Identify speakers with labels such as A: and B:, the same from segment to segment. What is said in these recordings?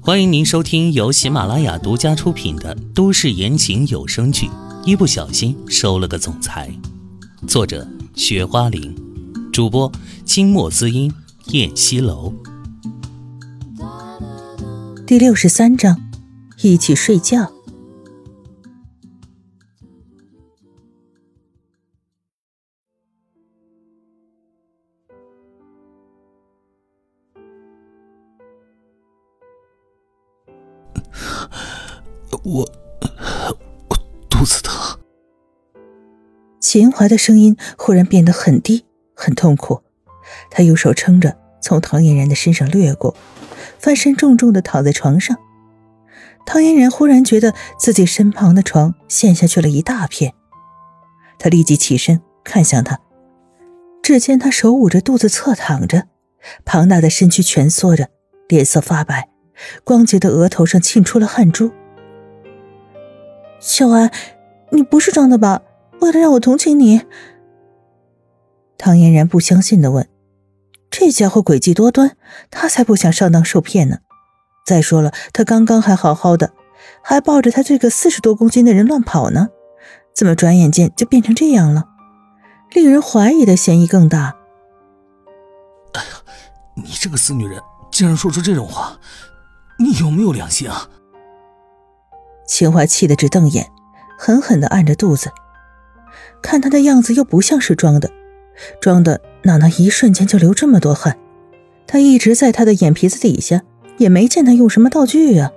A: 欢迎您收听由喜马拉雅独家出品的都市言情有声剧《一不小心收了个总裁》，作者雪花玲，主播清墨滋音、燕西楼。
B: 第63章，一起睡觉。
C: 我肚子疼。
B: 秦淮的声音忽然变得很低，很痛苦。他右手撑着，从唐嫣然的身上掠过，翻身重重地躺在床上。唐嫣然忽然觉得自己身旁的床陷下去了一大片，他立即起身看向他，只见他手捂着肚子侧躺着，庞大的身躯蜷缩着，脸色发白，光洁的额头上沁出了汗珠。小安，你不是装的吧？为了让我同情你。唐嫣然不相信地问，这家伙诡计多端，他才不想上当受骗呢。再说了，他刚刚还好好的，还抱着他这个40多公斤的人乱跑呢，怎么转眼间就变成这样了？令人怀疑的嫌疑更大。
C: 哎呀，你这个死女人竟然说出这种话，你有没有良心啊？
B: 秦淮气得直瞪眼，狠狠地按着肚子，看他的样子又不像是装的，哪能一瞬间就流这么多汗？他一直在他的眼皮子底下，也没见他用什么道具啊。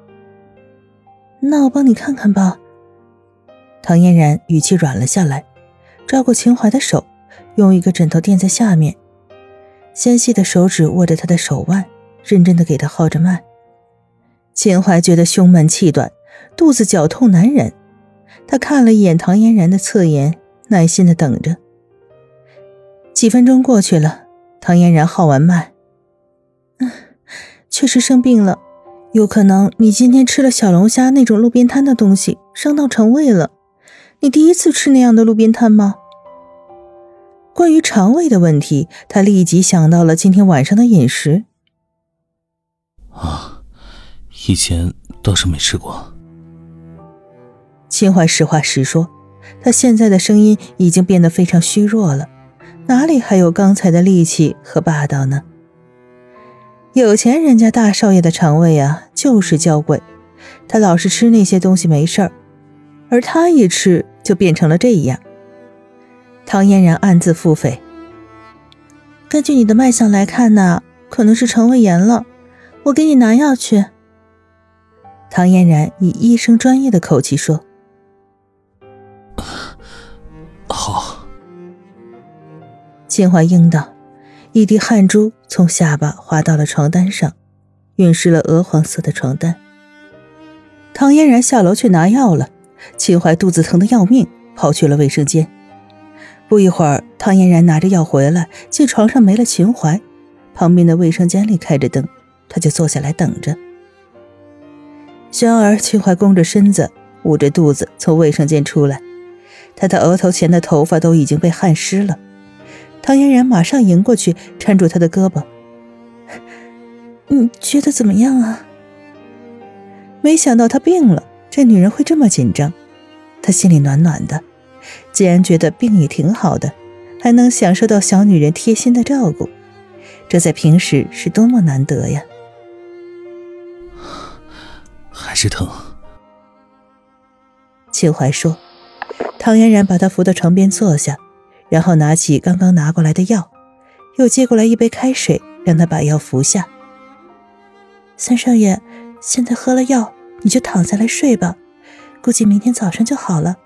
B: 那我帮你看看吧。唐嫣然语气软了下来，抓过秦淮的手，用一个枕头垫在下面，纤细的手指握着他的手腕，认真地给他号着脉。秦淮觉得胸闷气短，肚子绞痛难忍，他看了一眼唐嫣然的侧颜，耐心地等着。几分钟过去了，唐嫣然号完脉，确实生病了，有可能你今天吃了小龙虾那种路边摊的东西，伤到肠胃了。你第一次吃那样的路边摊吗？关于肠胃的问题，他立即想到了今天晚上的饮食。
C: 以前倒是没吃过。
B: 秦淮实话实说，他现在的声音已经变得非常虚弱了，哪里还有刚才的力气和霸道呢？有钱人家大少爷的肠胃啊，就是娇贵，他老是吃那些东西没事儿，而他一吃就变成了这样。唐嫣然暗自腹诽，根据你的脉象来看呢，可能是肠胃炎了，我给你拿药去。唐嫣然以医生专业的口气说。
C: 好。
B: 秦淮应道，一滴汗珠从下巴滑到了床单上，晕湿了鹅黄色的床单。唐嫣然下楼去拿药了，秦淮肚子疼得要命，跑去了卫生间。不一会儿，唐嫣然拿着药回来，见床上没了秦淮，旁边的卫生间里开着灯，他就坐下来等着。然而秦淮弓着身子，捂着肚子从卫生间出来，他的额头前的头发都已经被汗湿了。唐嫣然马上迎过去，搀住他的胳膊，你觉得怎么样啊？没想到他病了，这女人会这么紧张。他心里暖暖的，既然觉得病也挺好的，还能享受到小女人贴心的照顾，这在平时是多么难得呀。
C: 还是疼。
B: 秦淮说。唐嫣然把他扶到床边坐下，然后拿起刚刚拿过来的药，又接过来一杯开水，让他把药服下。三少爷，现在喝了药，你就躺下来睡吧，估计明天早上就好了。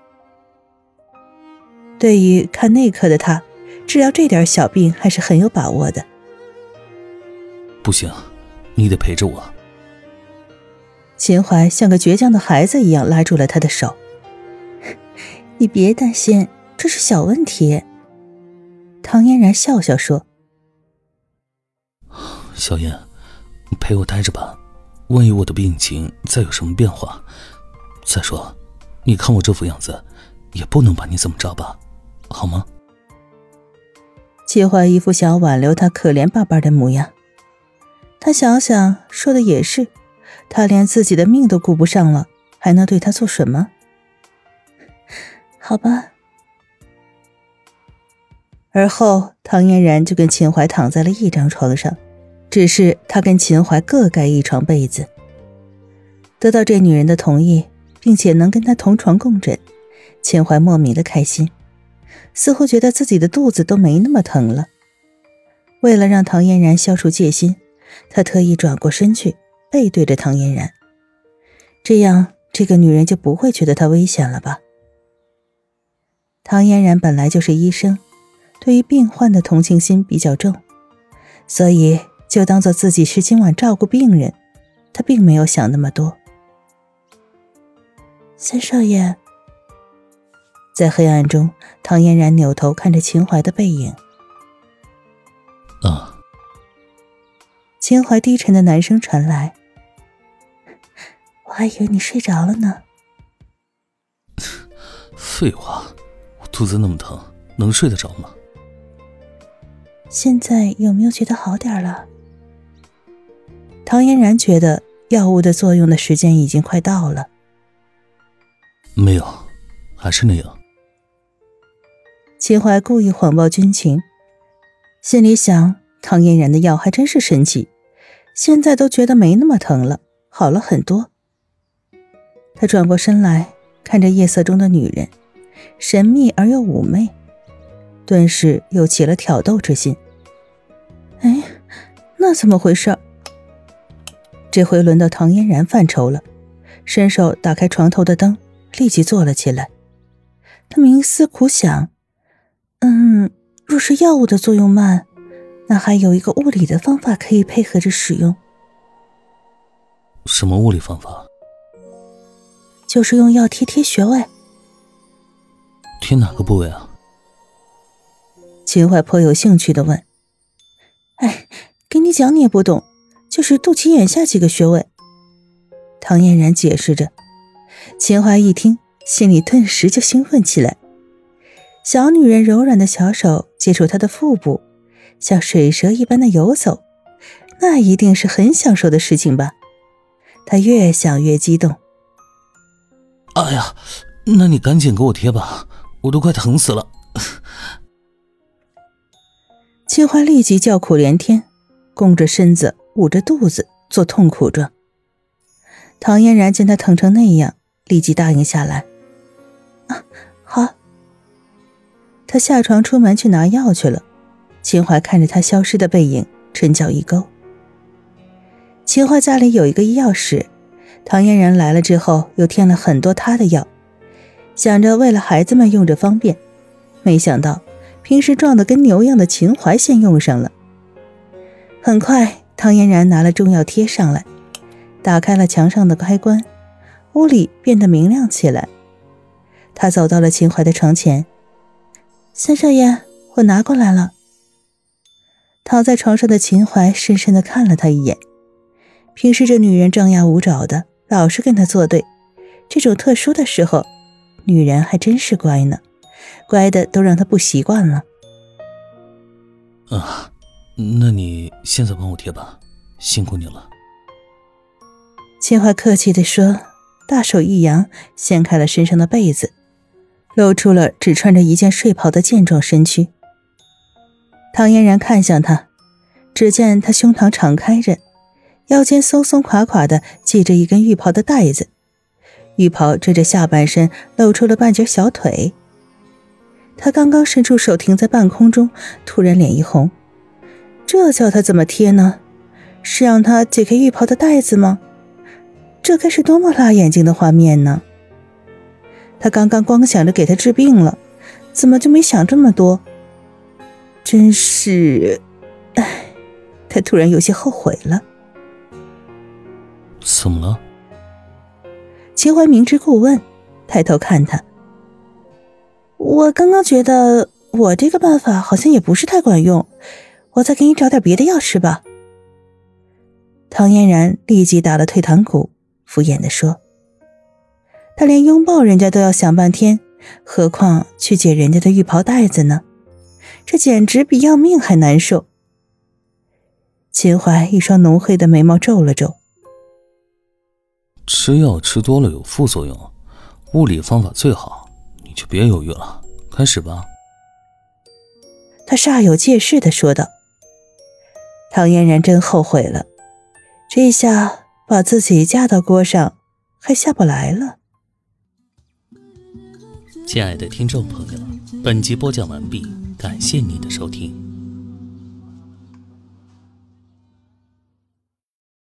B: 对于看内科的他，治疗这点小病还是很有把握的。
C: 不行，你得陪着我。
B: 秦淮像个倔强的孩子一样拉住了他的手。你别担心，这是小问题。唐嫣然笑笑说。
C: 小燕，你陪我待着吧，万一我的病情再有什么变化。再说，你看我这副样子，也不能把你怎么着吧，好吗？
B: 秦淮一副想要挽留他可怜巴巴的模样。他想想，说的也是， 他连自己的命都顾不上了，还能对他做什么？好吧。而后唐嫣然就跟秦淮躺在了一张床上，只是他跟秦淮各盖一床被子。得到这女人的同意，并且能跟她同床共枕，秦淮莫名的开心，似乎觉得自己的肚子都没那么疼了。为了让唐嫣然消除戒心，他特意转过身去，背对着唐嫣然，这样这个女人就不会觉得他危险了吧。唐嫣然本来就是医生，对于病患的同情心比较重，所以就当做自己是今晚照顾病人，他并没有想那么多。三少爷。在黑暗中，唐嫣然扭头看着秦淮的背影。
C: 啊。
B: 秦淮低沉的男声传来。我还以为你睡着了呢。
C: 废话，我肚子那么疼，能睡得着吗？
B: 现在有没有觉得好点了？唐嫣然觉得药物的作用的时间已经快到了。
C: 没有，还是那样。
B: 秦淮故意谎报军情，心里想，唐嫣然的药还真是神奇，现在都觉得没那么疼了，好了很多。他转过身来，看着夜色中的女人，神秘而又妩媚，顿时又起了挑逗之心。哎，那怎么回事？这回轮到唐嫣然犯愁了，伸手打开床头的灯，立即坐了起来。他冥思苦想，若是药物的作用慢，那还有一个物理的方法可以配合着使用。
C: 什么物理方法？
B: 就是用药贴穴位。
C: 贴哪个部位啊？
B: 秦淮颇有兴趣地问。哎，给你讲你也不懂，就是肚脐眼下几个穴位。唐嫣然解释着。秦淮一听，心里顿时就兴奋起来。小女人柔软的小手接触她的腹部，像水蛇一般的游走，那一定是很享受的事情吧。他越想越激动。
C: 哎呀，那你赶紧给我贴吧，我都快疼死了。
B: 秦淮立即叫苦连天，弓着身子，捂着肚子做痛苦状。唐嫣然见他疼成那样，立即答应下来。好。他下床出门去拿药去了。秦淮看着他消失的背影，唇角一勾。秦淮家里有一个医药室，唐嫣然来了之后又添了很多他的药，想着为了孩子们用着方便，没想到平时壮得跟牛一样的秦淮先用上了。很快唐嫣然拿了中药贴上来，打开了墙上的开关，屋里变得明亮起来。他走到了秦淮的床前。三少爷，我拿过来了。躺在床上的秦淮深深地看了他一眼。平时这女人张牙舞爪的，老是跟他作对，这种特殊的时候，女人还真是乖呢，乖的都让他不习惯了。
C: 啊，那你现在帮我贴吧，辛苦你了。
B: 秦淮客气地说，大手一扬，掀开了身上的被子，露出了只穿着一件睡袍的健壮身躯。唐嫣然看向他，只见他胸膛敞开着，腰间松松垮垮的系着一根浴袍的带子，浴袍遮着下半身，露出了半截小腿。他刚刚伸出手停在半空中，突然脸一红，这叫他怎么贴呢？是让他解开浴袍的带子吗？这该是多么辣眼睛的画面呢？他刚刚光想着给他治病了，怎么就没想这么多？真是，他突然有些后悔了。
C: 怎么了？
B: 秦淮明知故问，抬头看他。我刚刚觉得我这个办法好像也不是太管用，我再给你找点别的药吃吧。唐嫣然立即打了退堂鼓，敷衍地说。他连拥抱人家都要想半天，何况去解人家的浴袍带子呢？这简直比要命还难受。秦淮一双浓黑的眉毛皱了皱。
C: 吃药吃多了有副作用，物理方法最好，你就别犹豫了，开始吧。
B: 他煞有介事地说道。唐嫣然真后悔了，这下把自己架到锅上，还下不来了。
A: 亲爱的听众朋友，本集播讲完毕，感谢你的收听。